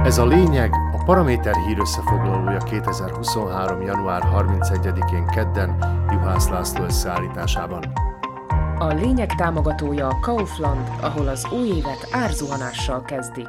Ez a lényeg a Paraméter hír összefoglalója 2023. január 31-én kedden Juhász László összeállításában. A lényeg támogatója a Kaufland, ahol az új évet árzuhanással kezdik.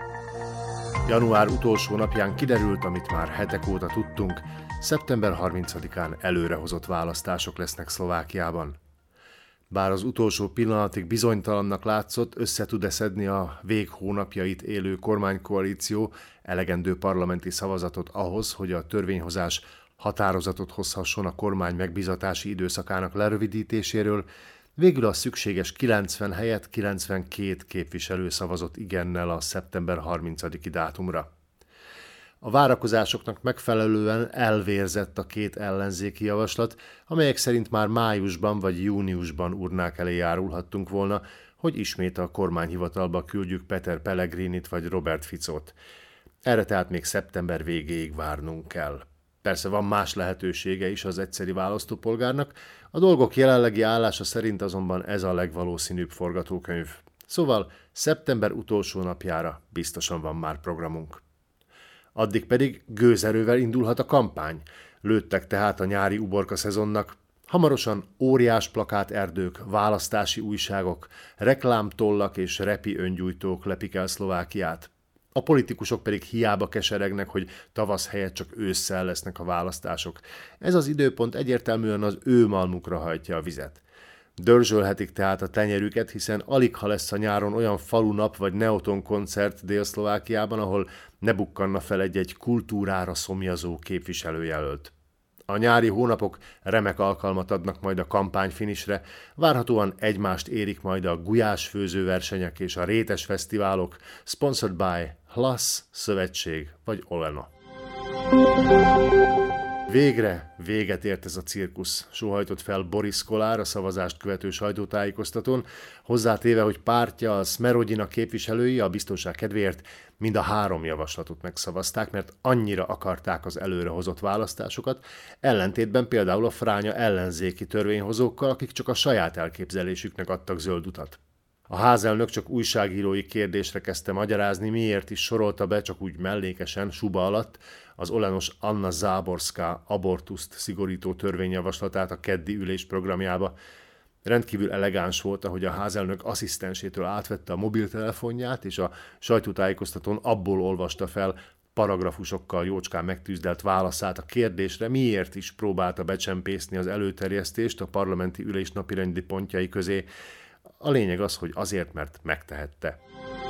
Január utolsó napján kiderült, amit már hetek óta tudtunk, szeptember 30-án előrehozott választások lesznek Szlovákiában. Bár az utolsó pillanatig bizonytalannak látszott, össze tud-e szedni a véghónapjait élő kormánykoalíció elegendő parlamenti szavazatot ahhoz, hogy a törvényhozás határozatot hozhasson a kormány megbízatási időszakának lerövidítéséről, végül a szükséges 90 helyett 92 képviselő szavazott igennel a szeptember 30-i dátumra. A várakozásoknak megfelelően elvérzett a két ellenzéki javaslat, amelyek szerint már májusban vagy júniusban urnák elé járulhattunk volna, hogy ismét a kormányhivatalba küldjük Peter Pellegrinit vagy Robert Ficót. Erre tehát még szeptember végéig várnunk kell. Persze van más lehetősége is az egyszeri választópolgárnak, a dolgok jelenlegi állása szerint azonban ez a legvalószínűbb forgatókönyv. Szóval szeptember utolsó napjára biztosan van már programunk. Addig pedig gőzerővel indulhat a kampány. Lőttek tehát a nyári uborka szezonnak. Hamarosan óriás plakáterdők, választási újságok, reklámtollak és repi öngyújtók lepik el Szlovákiát. A politikusok pedig hiába keseregnek, hogy tavasz helyett csak ősszel lesznek a választások. Ez az időpont egyértelműen az ő malmukra hajtja a vizet. Dörzsölhetik tehát a tenyerüket, hiszen aligha lesz a nyáron olyan falunap vagy neoton koncert Dél-Szlovákiában, ahol ne bukkanna fel egy-egy kultúrára szomjazó képviselőjelölt. A nyári hónapok remek alkalmat adnak majd a kampányfinisre, várhatóan egymást érik majd a gulyásfőzőversenyek és a rétes fesztiválok, sponsored by Hlas, Szövetség vagy Oleno. Végre véget ért ez a cirkusz, sóhajtott fel Boris Kolár a szavazást követő sajtótájékoztatón, hozzátéve, hogy pártja, a Smerodina képviselői a biztonság kedvéért mind a 3 javaslatot megszavazták, mert annyira akarták az előrehozott választásokat, ellentétben például a fránya ellenzéki törvényhozókkal, akik csak a saját elképzelésüknek adtak zöld utat. A házelnök csak újságírói kérdésre kezdte magyarázni, miért is sorolta be csak úgy mellékesen, suba alatt az olenos Anna Záborská abortuszt szigorító törvényjavaslatát a keddi ülés programjába. Rendkívül elegáns volt, ahogy a házelnök asszisztensétől átvette a mobiltelefonját, és a sajtótájékoztatón abból olvasta fel paragrafusokkal jócskán megtűzdelt válaszát a kérdésre, miért is próbálta becsempészni az előterjesztést a parlamenti ülés napirendi pontjai közé. A lényeg az, hogy azért, mert megtehette.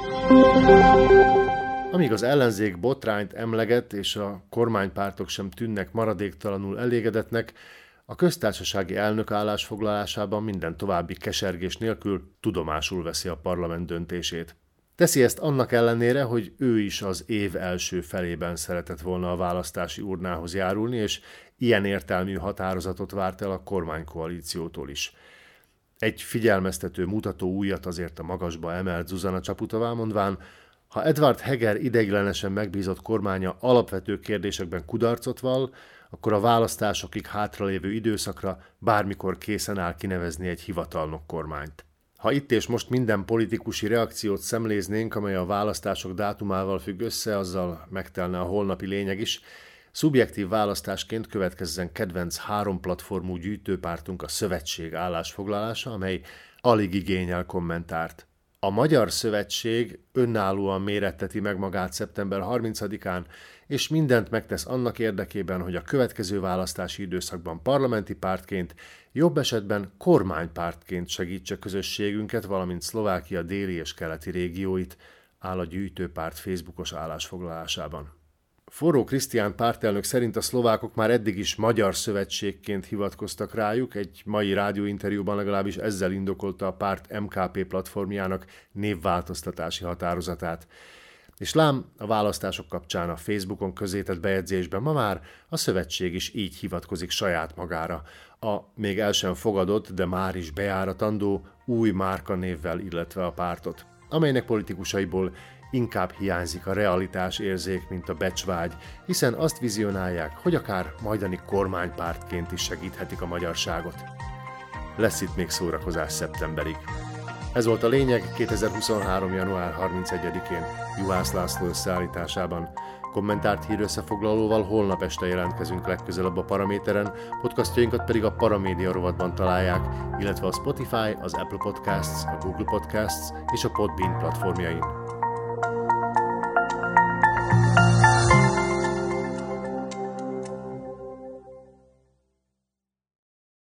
Amíg az ellenzék botrányt emleget, és a kormánypártok sem tűnnek maradéktalanul elégedetnek, a köztársasági elnök állásfoglalásában minden további kesergés nélkül tudomásul veszi a parlament döntését. Teszi ezt annak ellenére, hogy ő is az év első felében szeretett volna a választási urnához járulni, és ilyen értelmű határozatot várt el a kormánykoalíciótól is. Egy figyelmeztető mutató ujjat azért a magasba emelt Zuzana Csaputová, mondván, ha Edvard Heger ideiglenesen megbízott kormánya alapvető kérdésekben kudarcot vall, akkor a választásokig hátralévő időszakra bármikor készen áll kinevezni egy hivatalnok kormányt. Ha itt és most minden politikusi reakciót szemléznénk, amely a választások dátumával függ össze, azzal megtelne a holnapi lényeg is. Szubjektív választásként következzen kedvenc 3 platformú gyűjtőpártunk, a Szövetség állásfoglalása, amely alig igényel kommentárt. A Magyar Szövetség önállóan méretteti meg magát szeptember 30-án, és mindent megtesz annak érdekében, hogy a következő választási időszakban parlamenti pártként, jobb esetben kormánypártként segítse közösségünket, valamint Szlovákia déli és keleti régióit, áll a gyűjtőpárt Facebookos állásfoglalásában. Forró Krisztián pártelnök szerint a szlovákok már eddig is Magyar Szövetségként hivatkoztak rájuk, egy mai rádióinterjúban legalábbis ezzel indokolta a párt MKP platformjának névváltoztatási határozatát. És lám, a választások kapcsán a Facebookon közzétett bejegyzésben ma már a szövetség is így hivatkozik saját magára, a még el sem fogadott, de már is bejáratandó új márkanévvel illetve a pártot, amelynek politikusaiból inkább hiányzik a realitás érzék, mint a becsvágy, hiszen azt vizionálják, hogy akár majdani kormánypártként is segíthetik a magyarságot. Lesz itt még szórakozás szeptemberig. Ez volt a lényeg 2023. január 31-én Juhász László összeállításában. Kommentárt hír összefoglalóval holnap este jelentkezünk legközelebb a Paraméteren, podcastjainkat pedig a Paramédia rovatban találják, illetve a Spotify, az Apple Podcasts, a Google Podcasts és a Podbean platformjain.